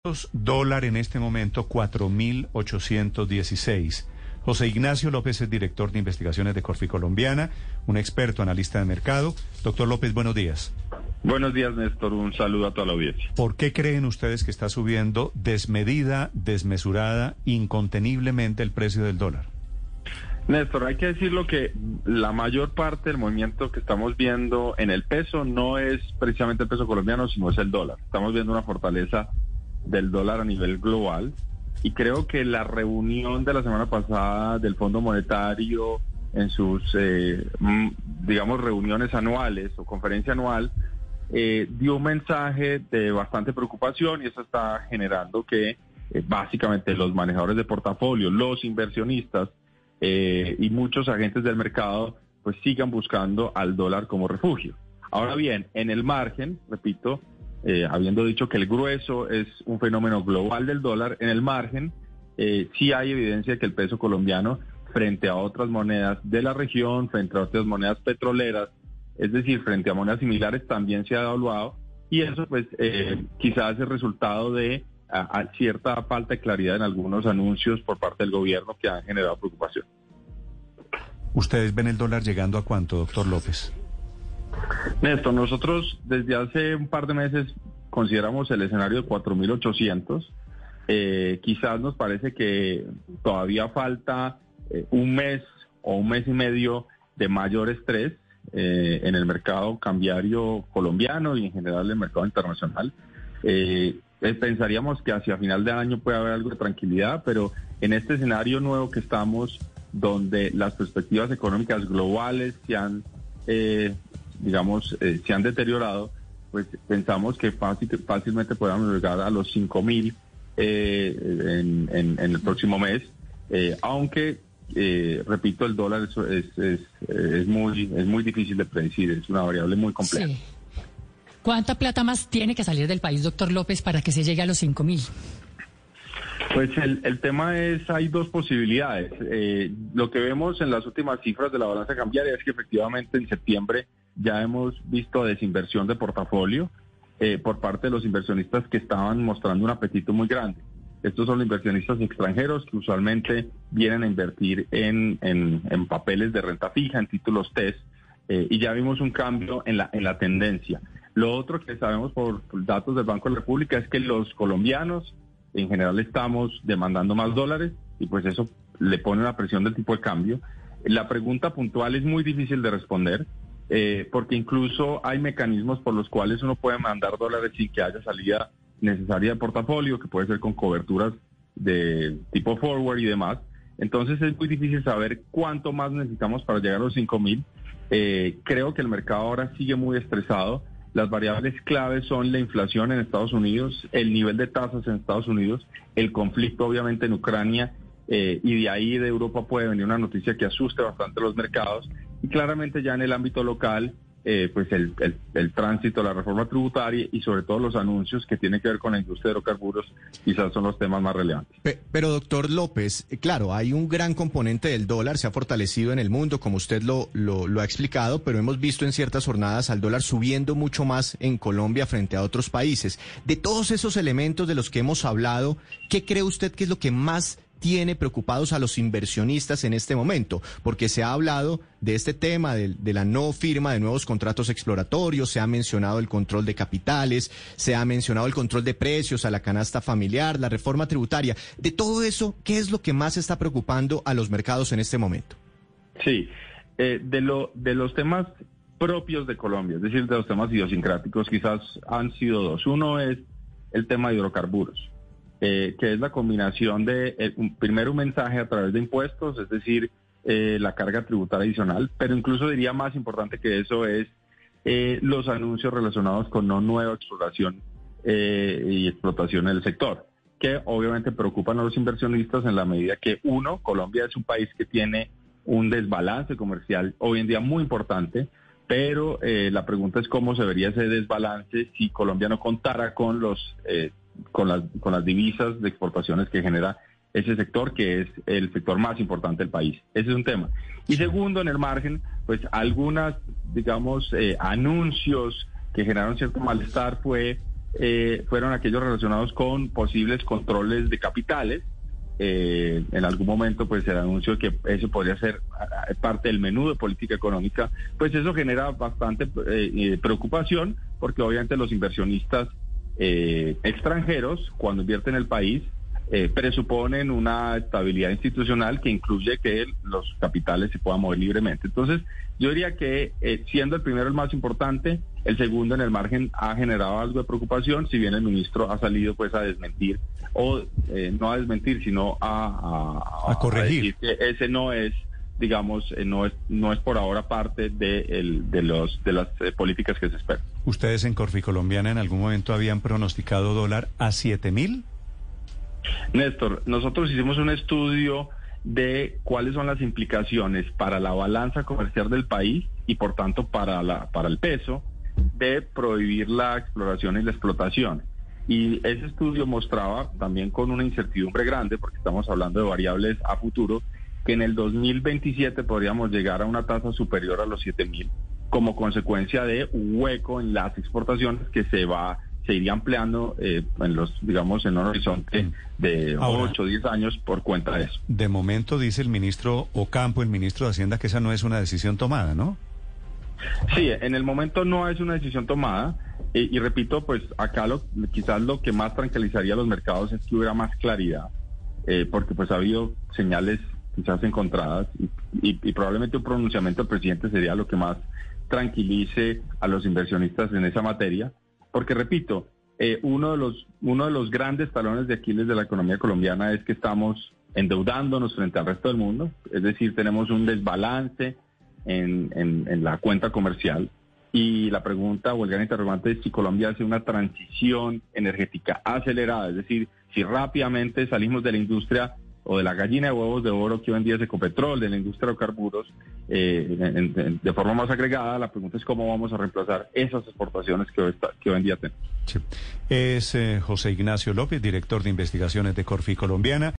Dólar en este momento 4.816. José Ignacio López es director de investigaciones de Corfi Colombiana, un experto analista de mercado. Doctor López, buenos días. Buenos días, Néstor. Un saludo a toda la audiencia. ¿Por qué creen ustedes que está subiendo desmedida, desmesurada, inconteniblemente el precio del dólar? Néstor, hay que decirlo que la mayor parte del movimiento que estamos viendo en el peso no es precisamente el peso colombiano, sino es el dólar. Estamos viendo una fortaleza del dólar a nivel global, y creo que la reunión de la semana pasada del Fondo Monetario en sus, reuniones anuales o conferencia anual, dio un mensaje de bastante preocupación, y eso está generando que básicamente los manejadores de portafolio, los inversionistas y muchos agentes del mercado pues sigan buscando al dólar como refugio. Ahora bien, en el margen, repito, habiendo dicho que el grueso es un fenómeno global del dólar, en el margen sí hay evidencia de que el peso colombiano, frente a otras monedas de la región, frente a otras monedas petroleras, es decir, frente a monedas similares, también se ha devaluado, y eso pues quizás es resultado de cierta falta de claridad en algunos anuncios por parte del gobierno que han generado preocupación. ¿Ustedes ven el dólar llegando a cuánto, doctor López? Néstor, nosotros desde hace un par de meses consideramos el escenario de 4.800. Quizás nos parece que todavía falta un mes o un mes y medio de mayor estrés en el mercado cambiario colombiano y en general en el mercado internacional. Pensaríamos que hacia final de año puede haber algo de tranquilidad, pero en este escenario nuevo que estamos, donde las perspectivas económicas globales se han deteriorado, pues pensamos que fácilmente podamos llegar a los 5.000 en el próximo mes, aunque repito, el dólar es muy difícil de predecir, es una variable muy compleja. Sí. ¿Cuánta plata más tiene que salir del país, doctor López, para que se llegue a los 5.000? Pues el tema es, hay dos posibilidades. Lo que vemos en las últimas cifras de la balanza cambiaria es que efectivamente en septiembre ya hemos visto desinversión de portafolio por parte de los inversionistas que estaban mostrando un apetito muy grande. Estos son los inversionistas extranjeros que usualmente vienen a invertir en papeles de renta fija, en títulos TES, y ya vimos un cambio en la tendencia. Lo otro que sabemos por datos del Banco de la República es que los colombianos en general estamos demandando más dólares, y pues eso le pone una presión del tipo de cambio. La pregunta puntual es muy difícil de responder, porque incluso hay mecanismos por los cuales uno puede mandar dólares sin que haya salida necesaria de portafolio, que puede ser con coberturas de tipo forward y demás. Entonces es muy difícil saber cuánto más necesitamos para llegar a los 5.000. Creo que el mercado ahora sigue muy estresado. Las variables claves son la inflación en Estados Unidos, el nivel de tasas en Estados Unidos, el conflicto obviamente en Ucrania, y de ahí de Europa puede venir una noticia que asuste bastante a los mercados, y claramente ya en el ámbito local, pues el tránsito, la reforma tributaria y sobre todo los anuncios que tienen que ver con la industria de hidrocarburos quizás son los temas más relevantes. Pero doctor López, claro, hay un gran componente del dólar, se ha fortalecido en el mundo, como usted lo ha explicado, pero hemos visto en ciertas jornadas al dólar subiendo mucho más en Colombia frente a otros países. De todos esos elementos de los que hemos hablado, ¿qué cree usted que es lo que más tiene preocupados a los inversionistas en este momento? Porque se ha hablado de este tema de la no firma de nuevos contratos exploratorios, se ha mencionado el control de capitales, se ha mencionado el control de precios a la canasta familiar, la reforma tributaria. De todo eso, ¿qué es lo que más está preocupando a los mercados en este momento? Sí, de los temas propios de Colombia, es decir, de los temas idiosincráticos, quizás han sido dos. Uno es el tema de hidrocarburos, que es la combinación de primero un mensaje a través de impuestos, es decir, la carga tributaria adicional, pero incluso diría más importante que eso es los anuncios relacionados con no nueva exploración y explotación en el sector, que obviamente preocupan a los inversionistas en la medida que, uno, Colombia es un país que tiene un desbalance comercial hoy en día muy importante, pero la pregunta es cómo se vería ese desbalance si Colombia no contara con con las divisas de exportaciones que genera ese sector, que es el sector más importante del país. Ese es un tema. Y segundo, en el margen, pues algunas, anuncios que generaron cierto malestar fue fueron aquellos relacionados con posibles controles de capitales. En algún momento pues el anuncio de que eso podría ser parte del menú de política económica, pues eso genera bastante preocupación, porque obviamente los inversionistas extranjeros, cuando invierten en el país, presuponen una estabilidad institucional que incluye que los capitales se puedan mover libremente. Entonces, yo diría que siendo el primero el más importante, el segundo en el margen ha generado algo de preocupación, si bien el ministro ha salido pues a desmentir, o no a desmentir, sino a corregir. A decir que ese no es, digamos, no es por ahora parte de las políticas que se esperan. ¿Ustedes en Corficolombiana en algún momento habían pronosticado dólar a 7.000? Néstor, nosotros hicimos un estudio de cuáles son las implicaciones para la balanza comercial del país y por tanto para el peso de prohibir la exploración y la explotación. Y ese estudio mostraba, también con una incertidumbre grande, porque estamos hablando de variables a futuro, que en el 2027 podríamos llegar a una tasa superior a los 7.000 como consecuencia de un hueco en las exportaciones que se iría ampliando en un horizonte de 8 o 10 años por cuenta de eso. De momento dice el ministro Ocampo, el ministro de Hacienda, que esa no es una decisión tomada, ¿no? Sí, en el momento no es una decisión tomada y repito, pues acá quizás lo que más tranquilizaría a los mercados es que hubiera más claridad, porque pues ha habido señales quizás encontradas y probablemente un pronunciamiento del presidente sería lo que más tranquilice a los inversionistas en esa materia. Porque, repito, uno de los grandes talones de Aquiles de la economía colombiana es que estamos endeudándonos frente al resto del mundo. Es decir, tenemos un desbalance en la cuenta comercial. Y la pregunta o el gran interrogante es si Colombia hace una transición energética acelerada. Es decir, si rápidamente salimos de la industria o de la gallina de huevos de oro que hoy en día es Ecopetrol, de la industria de hidrocarburos, de forma más agregada. La pregunta es cómo vamos a reemplazar esas exportaciones que hoy en día tenemos. Sí. Es José Ignacio López, director de investigaciones de Corficolombiana.